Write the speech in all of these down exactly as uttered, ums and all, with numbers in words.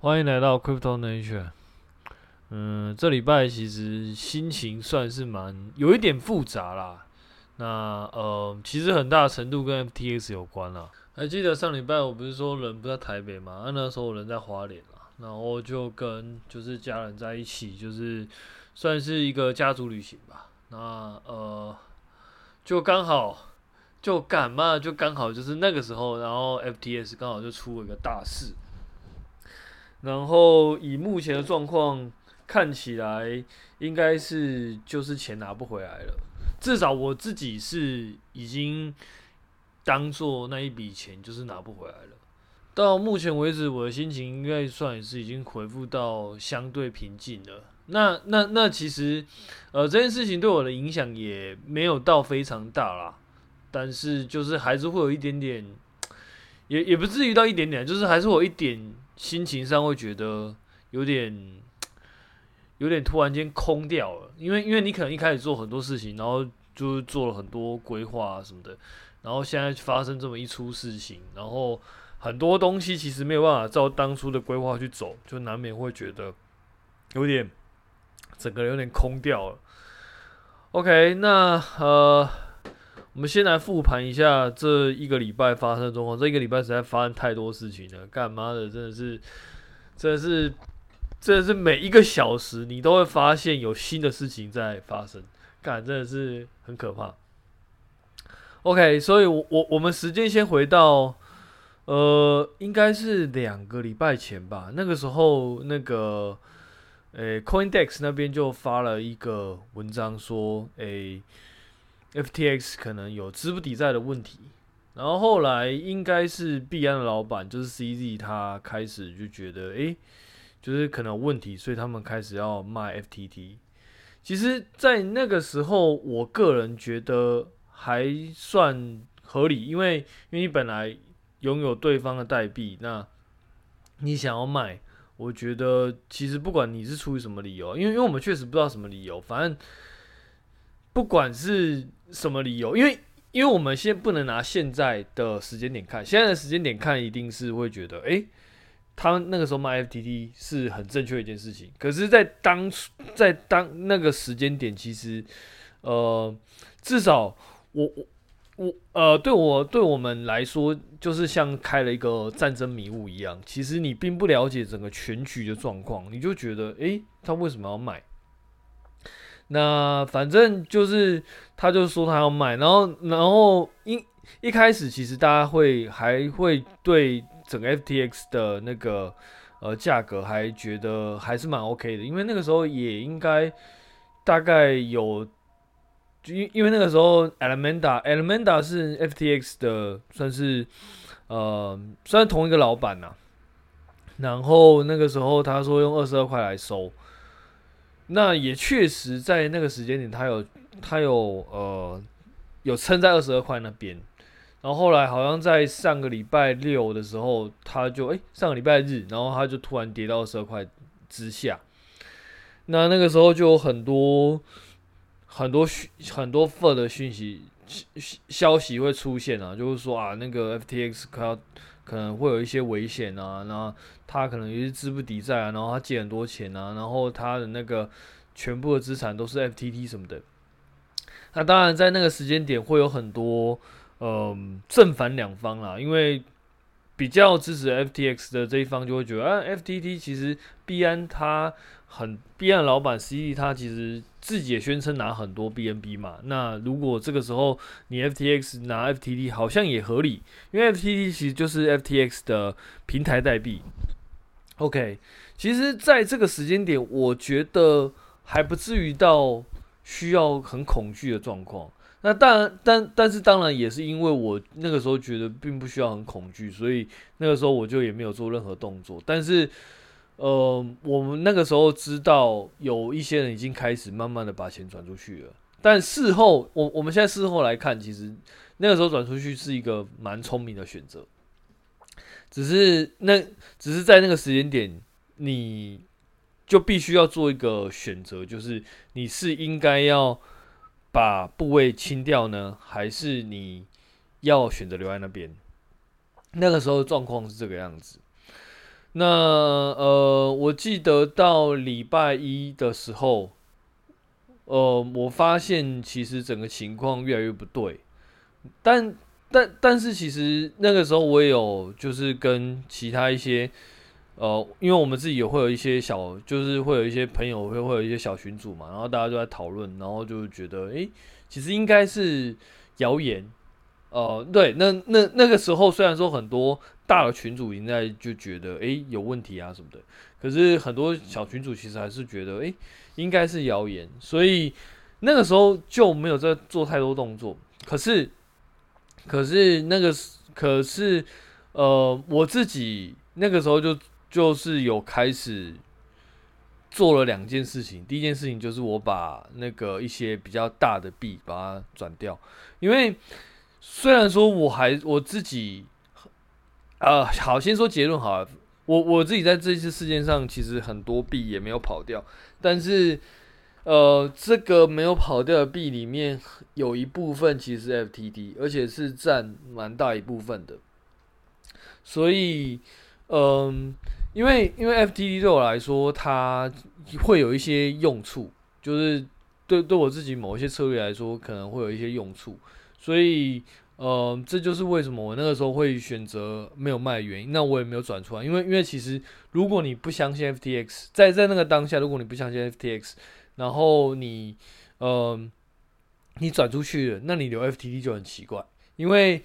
欢迎来到 Crypto Nation。嗯，这礼拜其实心情算是蛮有一点复杂啦。那呃，其实很大程度跟 F T X 有关啦。还记得上礼拜我不是说人不在台北嘛？啊、那时候我人在花莲啦，然后就跟就是家人在一起，就是算是一个家族旅行吧。那呃，就刚好就干嘛？就刚好就是那个时候，然后 F T X 刚好就出了一个大事。然后以目前的状况看起来，应该是就是钱拿不回来了。至少我自己是已经当做那一笔钱就是拿不回来了。到目前为止，我的心情应该算是已经恢复到相对平静了。那那那其实，呃，这件事情对我的影响也没有到非常大啦，但是就是还是会有一点点，也也不至于到一点点，就是还是会有一点心情上会觉得有点有点突然间空掉了，因为因为你可能一开始做很多事情，然后就是做了很多规划啊什么的，然后现在发生这么一出事情，然后很多东西其实没有办法照当初的规划去走，就难免会觉得有点整个人有点空掉了。OK，那呃，我们先来复盘一下这一个礼拜发生的状况。这一个礼拜实在发生太多事情了，干妈的真的是，真的是，真的是每一个小时你都会发现有新的事情在发生，干真的是很可怕。OK，所以我我我们时间先回到呃，应该是两个礼拜前吧。那个时候，那个诶，CoinDesk 那边就发了一个文章说，诶，F T X 可能有资不抵债的问题。然后后来应该是币安的老板，就是 C Z，他开始就觉得，诶，就是可能有问题，所以他们开始要卖 F T T。其实，在那个时候，我个人觉得还算合理，因为因为你本来拥有对方的代币，那你想要卖，我觉得其实不管你是出于什么理由，因为因为我们确实不知道什么理由，反正不管是什么理由，因为因为我们先不能拿现在的时间点看，现在的时间点看一定是会觉得，哎、欸他们那个时候卖 F T T 是很正确的一件事情，可是，在当在当那个时间点，其实，呃，至少我我我呃，对我对我们来说，就是像开了一个战争迷雾一样。其实你并不了解整个全局的状况，你就觉得，诶，他为什么要卖？那反正就是他就说他要卖，然后然后一一开始其实大家会还会对整个 F T X 的那个呃价格还觉得还是蛮 OK 的，因为那个时候也应该大概有，因因为那个时候 Alameda Alameda 是 F T X 的算是呃算同一个老板呐、啊，然后那个时候他说用二十二块来收，那也确实在那个时间点他有他有呃有撑在二十二块那边。然后后来好像在上个礼拜六的时候，他就哎、欸、上个礼拜日，然后他就突然跌到十二块之下。那那个时候就有很多很多很多 F U D 的讯息消息会出现啊，就是说啊那个 F T X 可要可能会有一些危险啊，然后他可能也是资不抵债啊，然后他借很多钱啊，然后他的那个全部的资产都是 F T T 什么的。那当然在那个时间点会有很多嗯，正反两方啦，因为比较支持 F T X 的这一方就会觉得，啊，F T T 其实币安他很币安老板 C D 他其实自己也宣称拿很多 B N B 嘛，那如果这个时候你 F T X 拿 F T T 好像也合理，因为 F T T 其实就是 F T X 的平台代币。OK，其实在这个时间点，我觉得还不至于到需要很恐惧的状况。那当然，但但是当然也是因为我那个时候觉得并不需要很恐惧，所以那个时候我就也没有做任何动作。但是，呃，我们那个时候知道有一些人已经开始慢慢的把钱转出去了。但事后，我我们现在事后来看，其实那个时候转出去是一个蛮聪明的选择。只是那只是在那个时间点，你就必须要做一个选择，就是你是应该要把部位清掉呢，还是你要选择留在那边？那个时候状况是这个样子。 那呃，我记得到礼拜一的时候，呃，我发现其实整个情况越来越不对，但但但是其实那个时候我也有就是跟其他一些呃，因为我们自己也会有一些小，就是会有一些朋友会会有一些小群组嘛，然后大家就在讨论，然后就觉得，诶，其实应该是谣言，呃，对，那那那个时候虽然说很多大的群组已经在就觉得，诶，有问题啊什么的，可是很多小群组其实还是觉得，诶，应该是谣言，所以那个时候就没有在做太多动作。可是，可是那个，可是，呃，我自己那个时候就就是有开始做了两件事情。第一件事情就是我把那个一些比较大的币把它转掉，因为虽然说我还我自己，呃，好，先说结论好了。我我自己在这次事件上，其实很多币也没有跑掉，但是呃，这个没有跑掉的币里面有一部分其实是 F T D，而且是占蛮大一部分的。所以，嗯，因为因为 F T D 对我来说，它会有一些用处，就是对对我自己某一些策略来说，可能会有一些用处。所以，呃，这就是为什么我那个时候会选择没有卖的原因。那我也没有转出来，因为因为其实如果你不相信 F T X，在在那个当下，如果你不相信 F T X，然后你，呃，你转出去了，那你留 F T D 就很奇怪，因为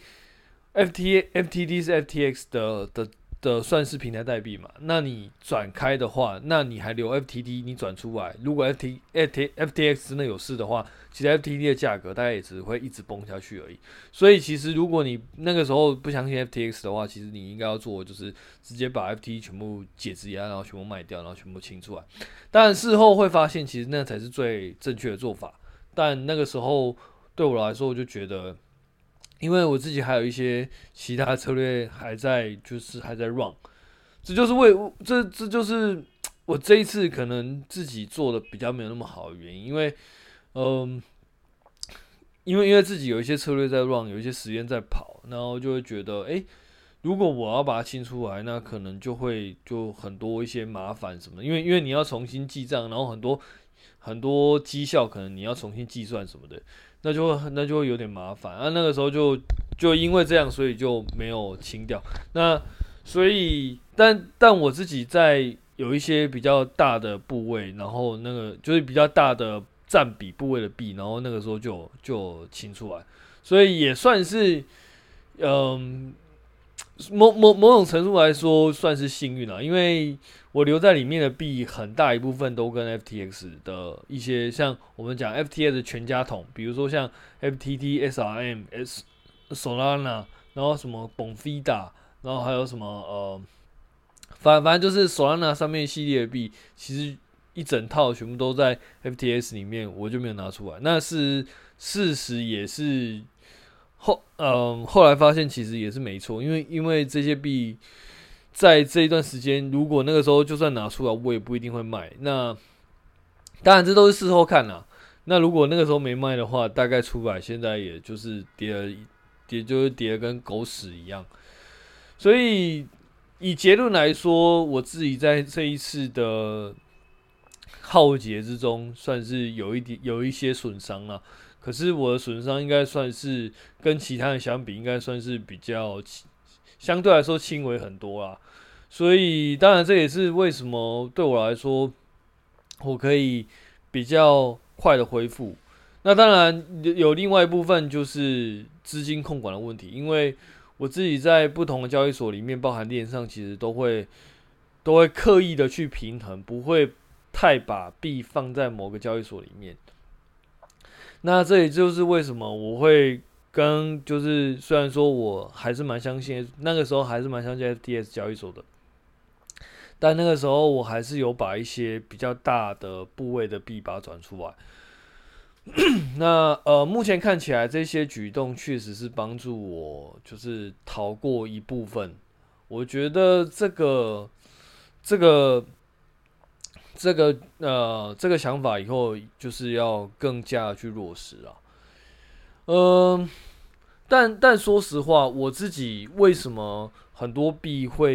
F T F T D 是 F T X 的的的算是平台代币嘛，那你转开的话，那你还留 F T D，你转出来，如果 F T F T F T X 真的有事的话，其实 F T D 的价格大概也只会一直崩下去而已。所以其实如果你那个时候不相信 F T X 的话，其实你应该要做的就是直接把 F T D 全部解质押，然后全部卖掉，然后全部清出来。当然事后会发现，其实那才是最正确的做法。但那个时候对我来说，我就觉得。因为我自己还有一些其他策略还在，就是还在 run，这就是为这这就是我这一次可能自己做的比较没有那么好的原因，因为嗯，因为因为自己有一些策略在 run，有一些实验在跑，然后就会觉得，哎，如果我要把它清出来，那可能就会就很多一些麻烦什么的，因为因为你要重新记账，然后很多很多绩效可能你要重新计算什么的，那就会那就会有点麻烦啊。那个时候就就因为这样，所以就没有清掉。那所以，但但我自己在有一些比较大的部位，然后那个就是比较大的占比部位的币，然后那个时候就就清出来，所以也算是嗯。某某某种程度来说算是幸运啦，因为我留在里面的币很大一部分都跟 F T X 的一些像我们讲 F T X 的全家桶，比如说像 F T T、S R M、S Solana，然后什么 Bonfida，然后还有什么呃，反反正就是 Solana 上面系列的币，其实一整套全部都在 F T S 里面，我就没有拿出来。那是事实也是后嗯后来发现其实也是没错，因为因为这些币在这一段时间，如果那个时候就算拿出来，我也不一定会卖。那当然这都是事后看啦。那如果那个时候没卖的话，大概出来现在也就是跌了，跌就是跌得跟狗屎一样。所以以结论来说，我自己在这一次的浩劫之中，算是有一点有一些损伤了。可是我的损伤应该算是跟其他人相比，应该算是比较相对来说轻微很多啦。所以当然这也是为什么对我来说，我可以比较快的恢复。那当然有另外一部分就是资金控管的问题，因为我自己在不同的交易所里面，包含链上，其实都会都会刻意的去平衡，不会太把币放在某个交易所里面。那这也就是为什么我会跟就是虽然说我还是蛮相信那个时候还是蛮相信 F T S 交易所的，但那个时候我还是有把一些比较大的部位的币把它转出来。那呃，目前看起来这些举动确实是帮助我，就是逃过一部分。我觉得这个这个这个呃这个想法以后就是要更加的去落实啊。嗯、呃，但但说实话，我自己为什么很多币会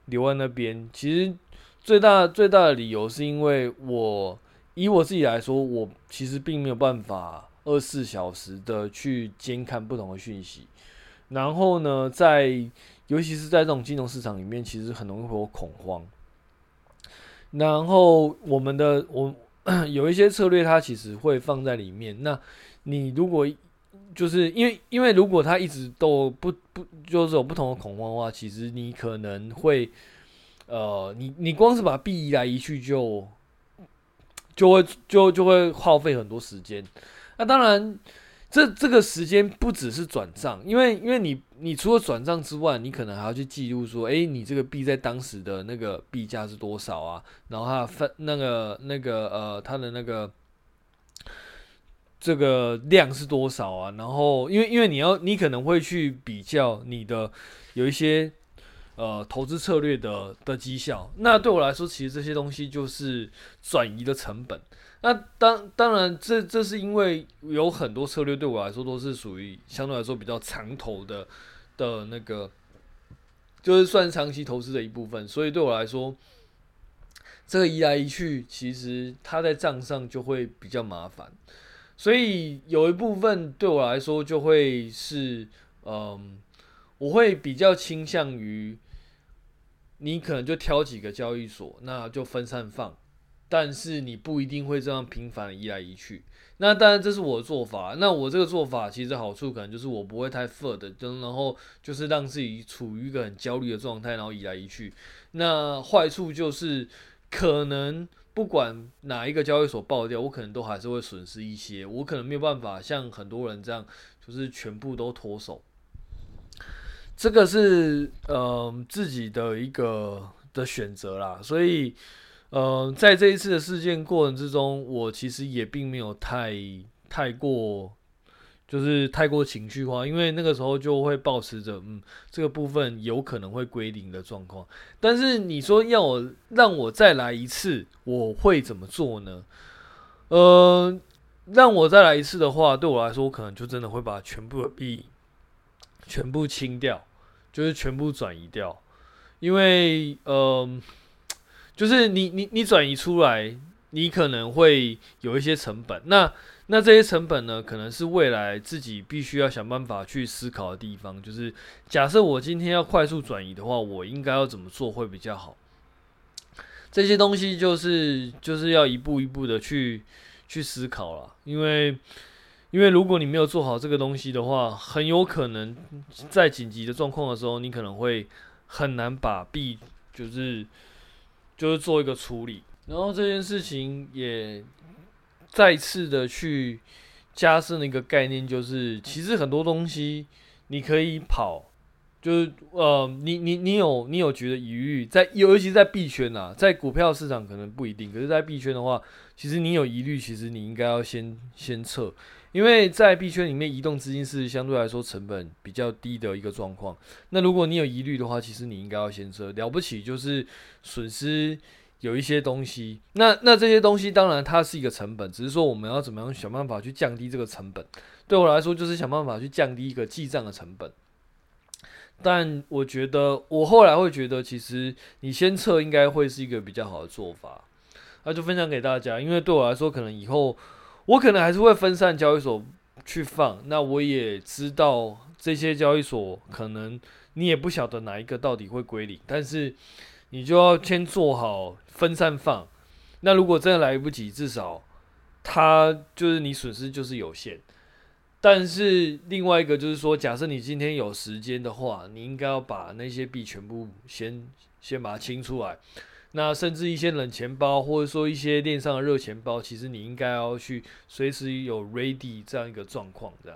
留在那边。其实最大最大的理由是因为我以我自己来说，我其实并没有办法二十四小时的去监看不同的讯息。然后呢，在尤其是在这种金融市场里面，其实很容易会有恐慌。然后我们的我有一些策略，它其实会放在里面。那你如果就是因为因为如果它一直都不不就是有不同的恐慌的话，其实你可能会呃，你你光是把币移来移去就就会就就会耗费很多时间。那当然。这这个时间不只是转账，因为因为你你除了转账之外，你可能还要去记录说，哎，你这个币在当时的那个币价是多少啊？然后它的分那个那个呃，它的那个这个量是多少啊？然后因为因为你要你可能会去比较你的有一些呃投资策略的的绩效，那对我来说，其实这些东西就是转移的成本。那当当然这，这这是因为有很多策略对我来说都是属于相对来说比较长投的的那个，就是算长期投资的一部分，所以对我来说，这个移来移去，其实它在账上就会比较麻烦，所以有一部分对我来说就会是，嗯，我会比较倾向于你可能就挑几个交易所，那就分散放。但是你不一定会这样频繁的移来移去。那当然这是我的做法。那我这个做法其实好处可能就是我不会太 f u r 的，然后就是让自己处于一个很焦虑的状态，然后移来移去。那坏处就是可能不管哪一个交易所爆掉，我可能都还是会损失一些。我可能没有办法像很多人这样，就是全部都脱手。这个是呃自己的一个的选择啦，所以。呃，在这一次的事件过程之中，我其实也并没有太太过，就是太过情绪化，因为那个时候就会抱持着，嗯，这个部分有可能会归零的状况。但是你说要我让我再来一次，我会怎么做呢？呃，让我再来一次的话，对我来说，我可能就真的会把全部的币全部清掉，就是全部转移掉，因为呃。就是你你你转移出来，你可能会有一些成本。那那这些成本呢，可能是未来自己必须要想办法去思考的地方。就是假设我今天要快速转移的话，我应该要怎么做会比较好？这些东西就是就是要一步一步的去去思考了。因为因为如果你没有做好这个东西的话，很有可能在紧急的状况的时候，你可能会很难把币就是。就是做一个处理，然后这件事情也再次的去加深了一个概念，就是其实很多东西你可以跑，就是呃，你你你有你有觉得疑虑，在尤其是在币圈啊，在股票市场可能不一定，可是，在币圈的话，其实你有疑虑，其实你应该要先先撤，因为在币圈里面移动资金是相对来说成本比较低的一个状况。那如果你有疑虑的话，其实你应该要先撤，了不起就是损失。有一些东西，那那这些东西当然它是一个成本，只是说我们要怎么样想办法去降低这个成本。对我来说，就是想办法去降低一个记账的成本。但我觉得，我后来会觉得，其实你先撤应该会是一个比较好的做法。那就分享给大家，因为对我来说，可能以后我可能还是会分散交易所去放。那我也知道这些交易所可能你也不晓得哪一个到底会归零，但是。你就要先做好分散放，那如果真的来不及，至少它就是你损失就是有限。但是另外一个就是说，假设你今天有时间的话，你应该要把那些币全部先先把它清出来。那甚至一些冷钱包，或者说一些链上的热钱包，其实你应该要去随时有 ready 这样一个状况。这样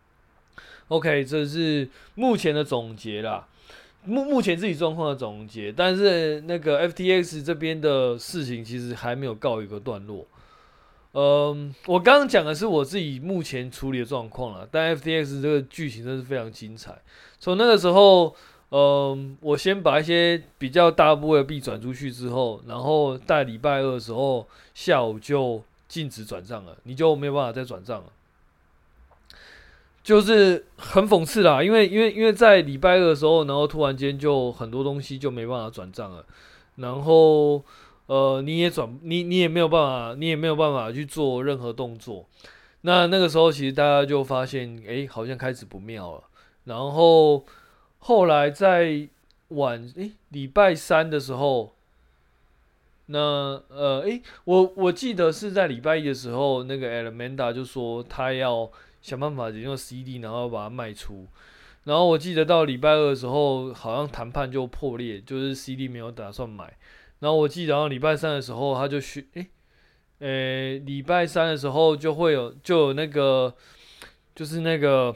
，OK， 这是目前的总结啦。目目前自己状况的总结，但是那个 F T X 这边的事情其实还没有告一个段落。嗯，我刚刚讲的是我自己目前处理的状况了，但 F T X 这个剧情真是非常精彩。从那个时候，嗯，我先把一些比较大部位的币转出去之后，然后在礼拜二的时候下午就禁止转账了，你就没有办法再转账了。 就是很讽刺啦，因为因为因为在礼拜二的时候，然后突然间就很多东西就没办法转账了，然后呃你也转你你也没有办法，你也没有办法去做任何动作。那那个时候其实大家就发现，哎、欸，好像开始不妙了。然后后来在晚哎礼拜三的时候，那呃哎、欸、我我记得是在礼拜一的时候，那个 Alameda 就说他要想办法用 C D， 然后把它卖出。然后我记得到礼拜二的时候，好像谈判就破裂，就是 C D 没有打算买。然后我记得到礼拜三的时候，他就去哎。欸呃，礼拜三的时候就会有就有那个，就是那个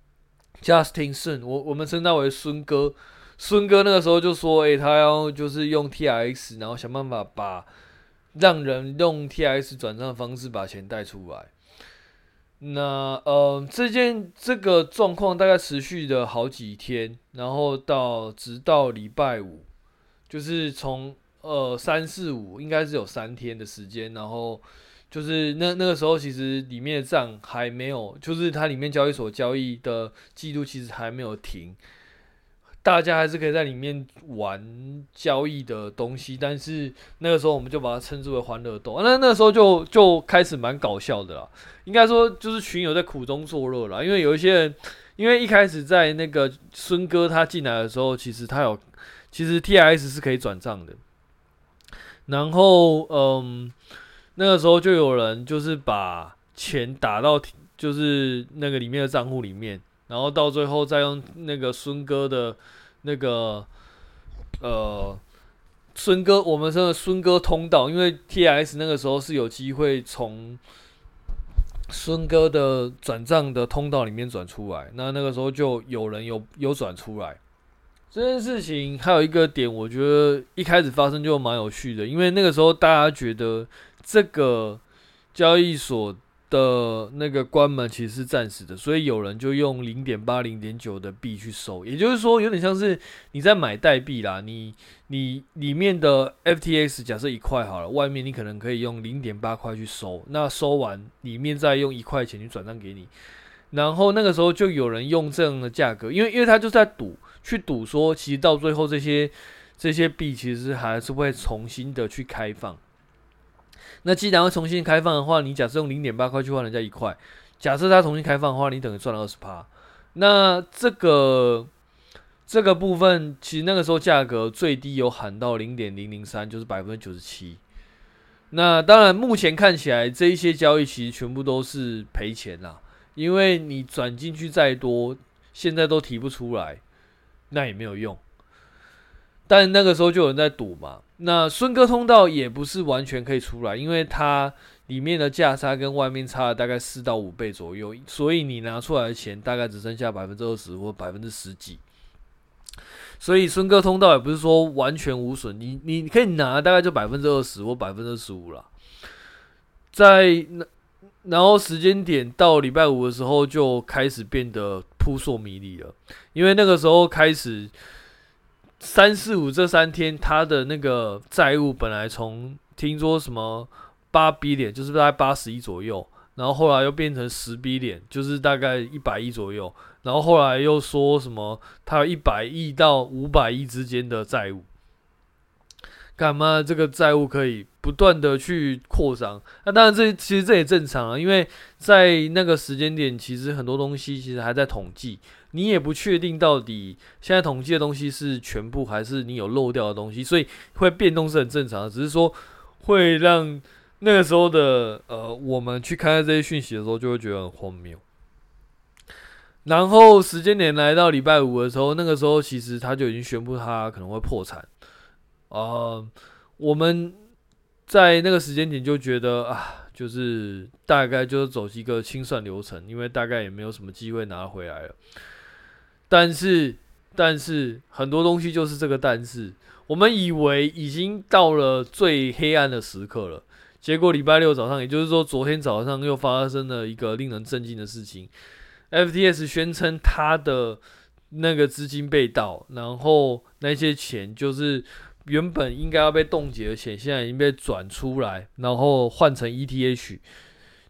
Justin Sun，我我们称他为孙哥。孙哥那个时候就说，哎、欸，他要就是用 T R X， 然后想办法把让人用 T R X 转账的方式把钱带出来。那呃，这件这个状况大概持续了好几天，然后到直到礼拜五，就是从呃三四五应该是有三天的时间，然后就是那那个时候其实里面的账还没有，就是它里面交易所交易的记录其实还没有停，大家还是可以在里面玩交易的东西，但是那个时候我们就把它称之为欢乐豆，那那个时候就就开始蛮搞笑的啦，应该说就是群友在苦中作乐啦，因为有一些人，因为一开始在那个孙哥他进来的时候，其实他有。其实 T R X 是可以转账的，然后嗯，那个时候就有人就是把钱打到就是那个里面的账户里面，然后到最后再用那个孙哥的那个呃孙哥，我们说的孙哥通道，因为 T R X 那个时候是有机会从孙哥的转账的通道里面转出来，那那个时候就有人有有转出来。这件事情还有一个点，我觉得一开始发生就蛮有趣的，因为那个时候大家觉得这个交易所的那个关门其实是暂时的，所以有人就用 零点八、零点九 的币去收，也就是说有点像是你在买代币啦，你你里面的 F T X 假设一块好了，外面你可能可以用 零点八 块去收，那收完里面再用一块钱去转账给你，然后那个时候就有人用这样的价格，因为因为他就是在赌。去赌说，其实到最后这些这些币其实还是会重新的去开放。那既然会重新开放的话，你假设用 零点八 块去换人家一块，假设它重新开放的话，你等于赚了 百分之二十。那这个这个部分，其实那个时候价格最低有喊到 零点零零三， 就是 百分之九十七。那当然，目前看起来这一些交易其实全部都是赔钱啦，因为你转进去再多，现在都提不出来。那也没有用，但那个时候就有人在赌嘛。那孙哥通道也不是完全可以出来，因为它里面的价差跟外面差了大概四到五倍左右，所以你拿出来的钱大概只剩下百分之二十或百分之十几。所以孙哥通道也不是说完全无损，你你可以拿大概就百分之二十或百分之十五啦。在然后时间点到礼拜五的时候就开始变得扑朔迷离了，因为那个时候开始三四五这三天，他的那个债务本来从听说什么八 billion， 就是大概八十亿左右，然后后来又变成十 billion， 就是大概一百亿左右，然后后来又说什么他有一百亿到五百亿之间的债务。干嘛这个债务可以不断的去扩张？那当然这其实这也正常啊，因为在那个时间点，其实很多东西其实还在统计，你也不确定到底现在统计的东西是全部还是你有漏掉的东西，所以会变动是很正常的，只是说会让那个时候的呃我们去看待这些讯息的时候，就会觉得很荒谬。然后时间点来到礼拜五的时候，那个时候其实他就已经宣布他可能会破产。呃，我们在那个时间点就觉得啊，就是大概就是走一个清算流程，因为大概也没有什么机会拿回来了。但是，但是很多东西就是这个但是，我们以为已经到了最黑暗的时刻了，结果礼拜六早上，也就是说昨天早上又发生了一个令人震惊的事情。F T X 宣称他的那个资金被盗，然后那些钱就是原本应该要被冻结的钱，现在已经被转出来，然后换成 E T H，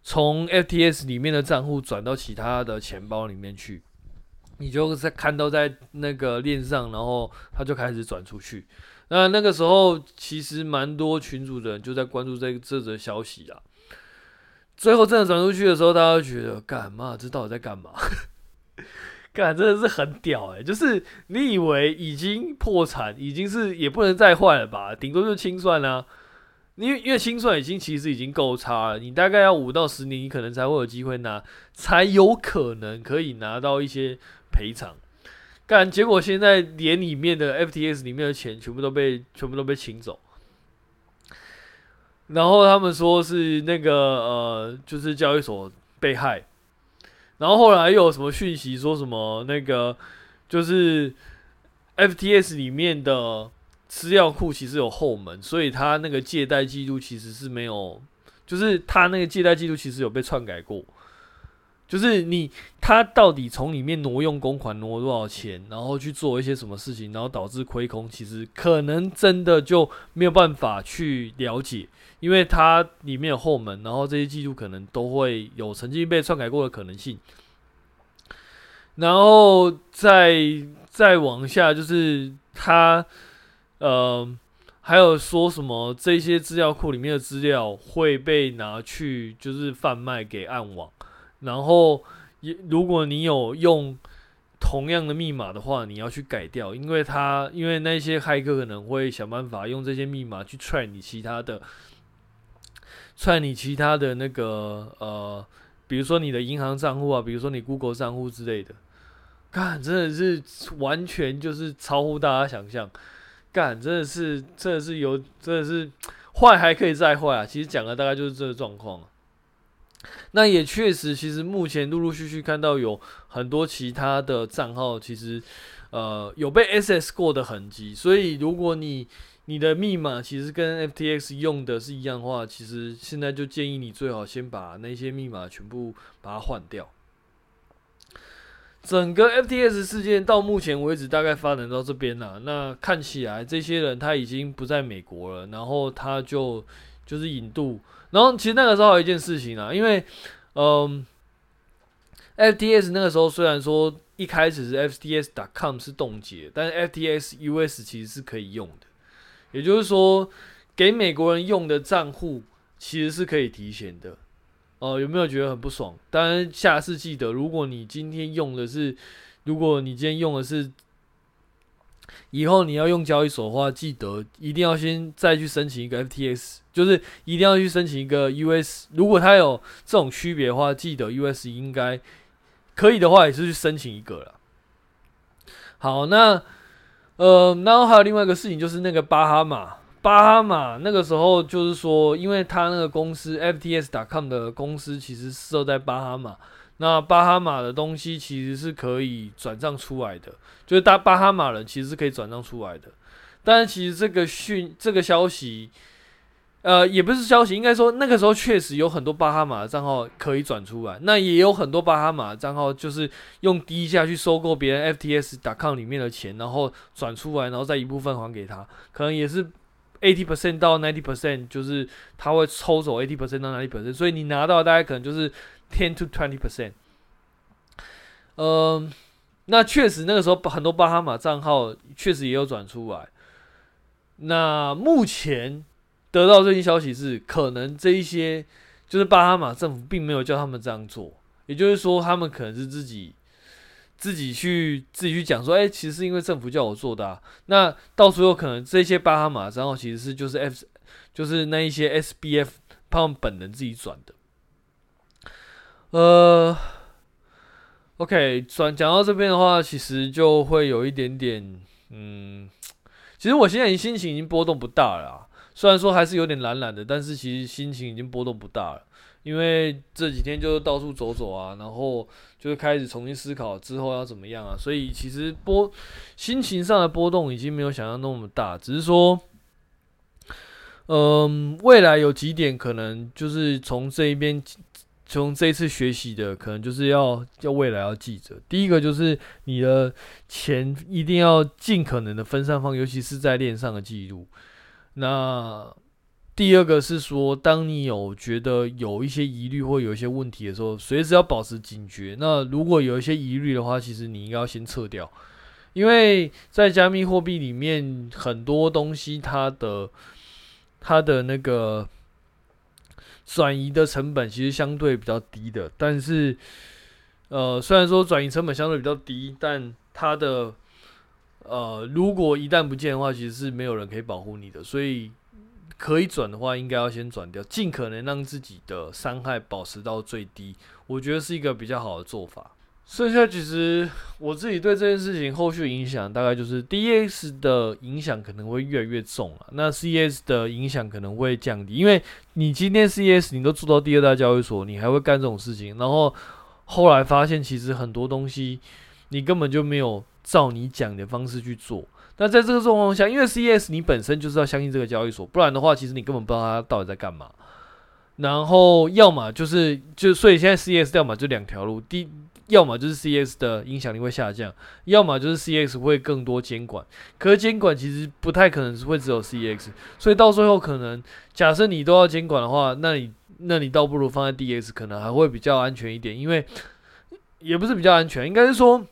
从 F T S 里面的账户转到其他的钱包里面去，你就在看到在那个链上，然后它就开始转出去。那那个时候其实蛮多群组的人就在关注这这则消息啊。最后真的转出去的时候，大家就觉得干嘛？这到底在干嘛？干真的是很屌哎、欸！就是你以为已经破产，已经是也不能再换了吧？顶多就是清算啊。因为因为清算已经其实已经够差了，你大概要五到十年，你可能才会有机会拿，才有可能可以拿到一些赔偿。干结果现在连里面的 F T S 里面的钱全部都被全部都被清走。然后他们说是那个呃，就是交易所被害。然后后来又有什么讯息说什么那个就是 F T S 里面的资料库其实有后门，所以他那个借贷记录其实是没有，就是他那个借贷记录其实有被篡改过，就是你他到底从里面挪用公款挪多少钱，然后去做一些什么事情，然后导致亏空，其实可能真的就没有办法去了解，因为它里面有后门，然后这些记录可能都会有曾经被篡改过的可能性。然后再再往下，就是他呃还有说什么这些资料库里面的资料会被拿去就是贩卖给暗网，然后也如果你有用同样的密码的话，你要去改掉，因为他因为那些骇客可能会想办法用这些密码去踹你其他的，踹你其他的那个呃，比如说你的银行账户啊，比如说你 Google 账户之类的。干，真的是完全就是超乎大家想象。干，真的是，真的是有，真的是坏还可以再坏啊！其实讲的大概就是这个状况。那也确实，其实目前陆陆续续看到有很多其他的账号，其实呃有被 S S 过的痕迹。所以如果你你的密码其实跟 F T X 用的是一样的话，其实现在就建议你最好先把那些密码全部把它换掉。整个 F T S 事件到目前为止大概发展到这边了，那看起来这些人他已经不在美国了，然后他就就是引渡，然后其实那个时候还有一件事情啊，因为嗯 F T S 那个时候虽然说一开始是 F T S 点 com 是冻结，但是 F T S U S 其实是可以用的，也就是说给美国人用的账户其实是可以提前的。哦、呃，有没有觉得很不爽？当然，下次记得，如果你今天用的是，如果你今天用的是，以后你要用交易所的话，记得一定要先再去申请一个 F T S， 就是一定要去申请一个 U S。如果它有这种区别的话，记得 U S 应该可以的话，也是去申请一个啦。好，那呃，然后还有另外一个事情，就是那个巴哈马。巴哈马那个时候就是说，因为他那个公司 F T S 点 com 的公司其实设在巴哈马，那巴哈马的东西其实是可以转账出来的，就是大巴哈马人其实是可以转账出来的。但是其实这个讯这个消息，呃，也不是消息，应该说那个时候确实有很多巴哈马的账号可以转出来，那也有很多巴哈马的账号就是用低价去收购别人 F T S 点 com 里面的钱，然后转出来，然后再一部分还给他，可能也是。百分之八十 到 九十 就是他会抽走 百分之八十 到 九十， 所以你拿到的大概可能就是十 到 二十。嗯，那确实那个时候很多巴哈马账号确实也有转出来。那目前得到最新消息是，可能这一些就是巴哈马政府并没有叫他们这样做，也就是说他们可能是自己。自己去自己去讲说，哎、欸，其实是因为政府叫我做的啊。那到时候可能这些巴哈马账号其实是就是 F， 就是那一些 S B F 他们本人自己转的。呃 ，OK， 转讲到这边的话，其实就会有一点点，嗯，其实我现在已经心情已经波动不大了啦，虽然说还是有点懒懒的，但是其实心情已经波动不大了。因为这几天就到处走走啊，然后就开始重新思考之后要怎么样啊，所以其实波心情上的波动已经没有想象那么大，只是说，嗯，未来有几点可能就是从这一边，从这一次学习的，可能就是要要未来要记着。第一个就是你的钱一定要尽可能的分散放，尤其是在链上的记录。那第二个是说，当你有觉得有一些疑虑或有一些问题的时候，随时要保持警觉。那如果有一些疑虑的话，其实你应该要先撤掉，因为在加密货币里面，很多东西它的它的那个转移的成本其实相对比较低的，但是呃，虽然说转移成本相对比较低，但它的呃，如果一旦不见的话，其实是没有人可以保护你的，所以可以转的话，应该要先转掉，尽可能让自己的伤害保持到最低，我觉得是一个比较好的做法。剩下其实我自己对这件事情后续影响，大概就是 D E X 的影响可能会越来越重了，那 C E S 的影响可能会降低，因为你今天 C E S 你都做到第二大交易所，你还会干这种事情，然后后来发现其实很多东西你根本就没有照你讲的方式去做。那在这个状况下，因为 C E S 你本身就是要相信这个交易所，不然的话，其实你根本不知道它到底在干嘛。然后要么就是就所以现在 C E S 要么就两条路，第要么就是 C E S 的影响力会下降，要么就是 C E X 会更多监管。可是监管其实不太可能是会只有 C E X， 所以到最后可能假设你都要监管的话，那你那你倒不如放在 D E X， 可能还会比较安全一点，因为也不是比较安全，应该是说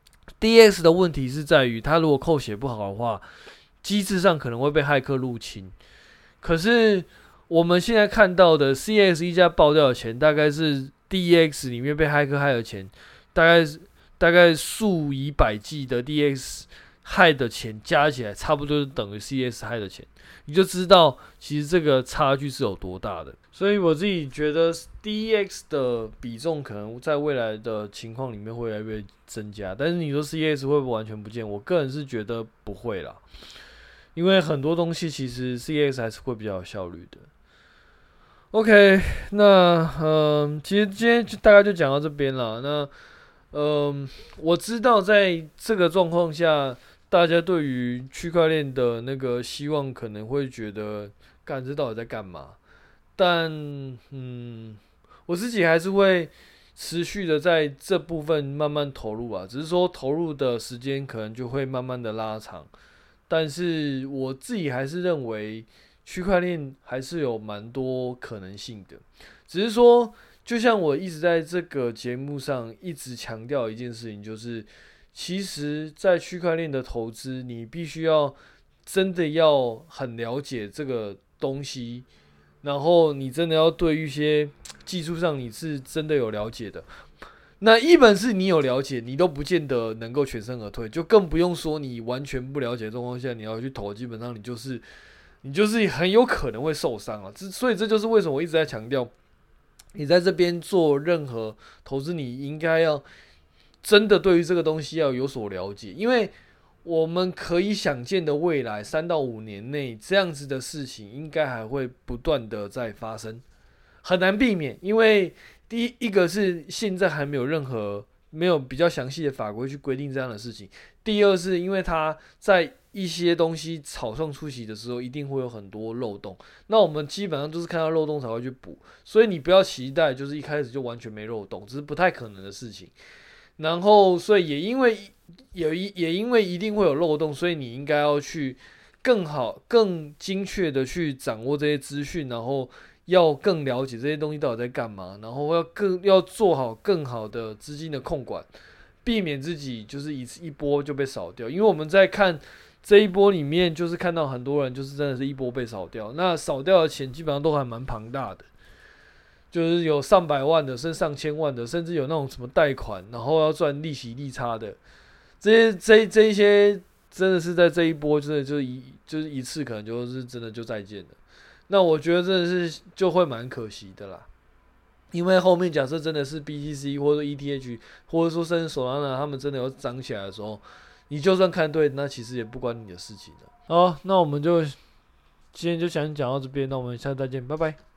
D E X 的问题是在于它如果扣写不好的话，机制上可能会被骇客入侵。可是我们现在看到的 C E X 一家爆掉的钱，大概是 D E X 里面被骇客害的钱，大概大概数以百计的 D E X 害的钱加起来，差不多等于 C E X 害的钱，你就知道其实这个差距是有多大的。所以我自己觉得 D E X 的比重可能在未来的情况里面会越来越增加，但是你说 C E X 会不会完全不见？我个人是觉得不会啦，因为很多东西其实 C E X 还是会比较有效率的。OK， 那嗯、呃，其实今天就大概就讲到这边了。那嗯、呃，我知道在这个状况下，大家对于区块链的那个希望可能会觉得，干这到底在干嘛？但嗯，我自己还是会持续的在这部分慢慢投入啊，只是说投入的时间可能就会慢慢的拉长。但是我自己还是认为，区块链还是有蛮多可能性的，只是说，就像我一直在这个节目上一直强调一件事情，就是其实，在区块链的投资，你必须要真的要很了解这个东西，然后你真的要对一些技术上你是真的有了解的。那一本是你有了解，你都不见得能够全身而退，就更不用说你完全不了解的状况下，你要去投，基本上你就是你就是很有可能会受伤啊。所以这就是为什么我一直在强调，你在这边做任何投资，你应该要真的对于这个东西要有所了解，因为我们可以想见的未来三到五年内，这样子的事情应该还会不断的在发生，很难避免，因为第一一个是现在还没有任何没有比较详细的法规去规定这样的事情，第二是因为它在一些东西草创出席的时候，一定会有很多漏洞，那我们基本上都是看到漏洞才会去补，所以你不要期待就是一开始就完全没漏洞，这是不太可能的事情。然后，所以也因为有一也因为一定会有漏洞，所以你应该要去更好、更精确的去掌握这些资讯，然后要更了解这些东西到底在干嘛，然后要更要做好更好的资金的控管，避免自己就是一次一波就被扫掉。因为我们在看这一波里面，就是看到很多人就是真的是一波被扫掉，那扫掉的钱基本上都还蛮庞大的。就是有上百万的，甚至上千万的，甚至有那种什么贷款，然后要赚利息利差的，这些这这一些真的是在这一波，真的就一就是一次可能就是真的就再见了。那我觉得真的是就会蛮可惜的啦，因为后面假设真的是 B T C 或者 E T H， 或者说甚至 Solana 他们真的要涨起来的时候，你就算看对，那其实也不关你的事情了。好，那我们就今天就想讲到这边，那我们下次再见，拜拜。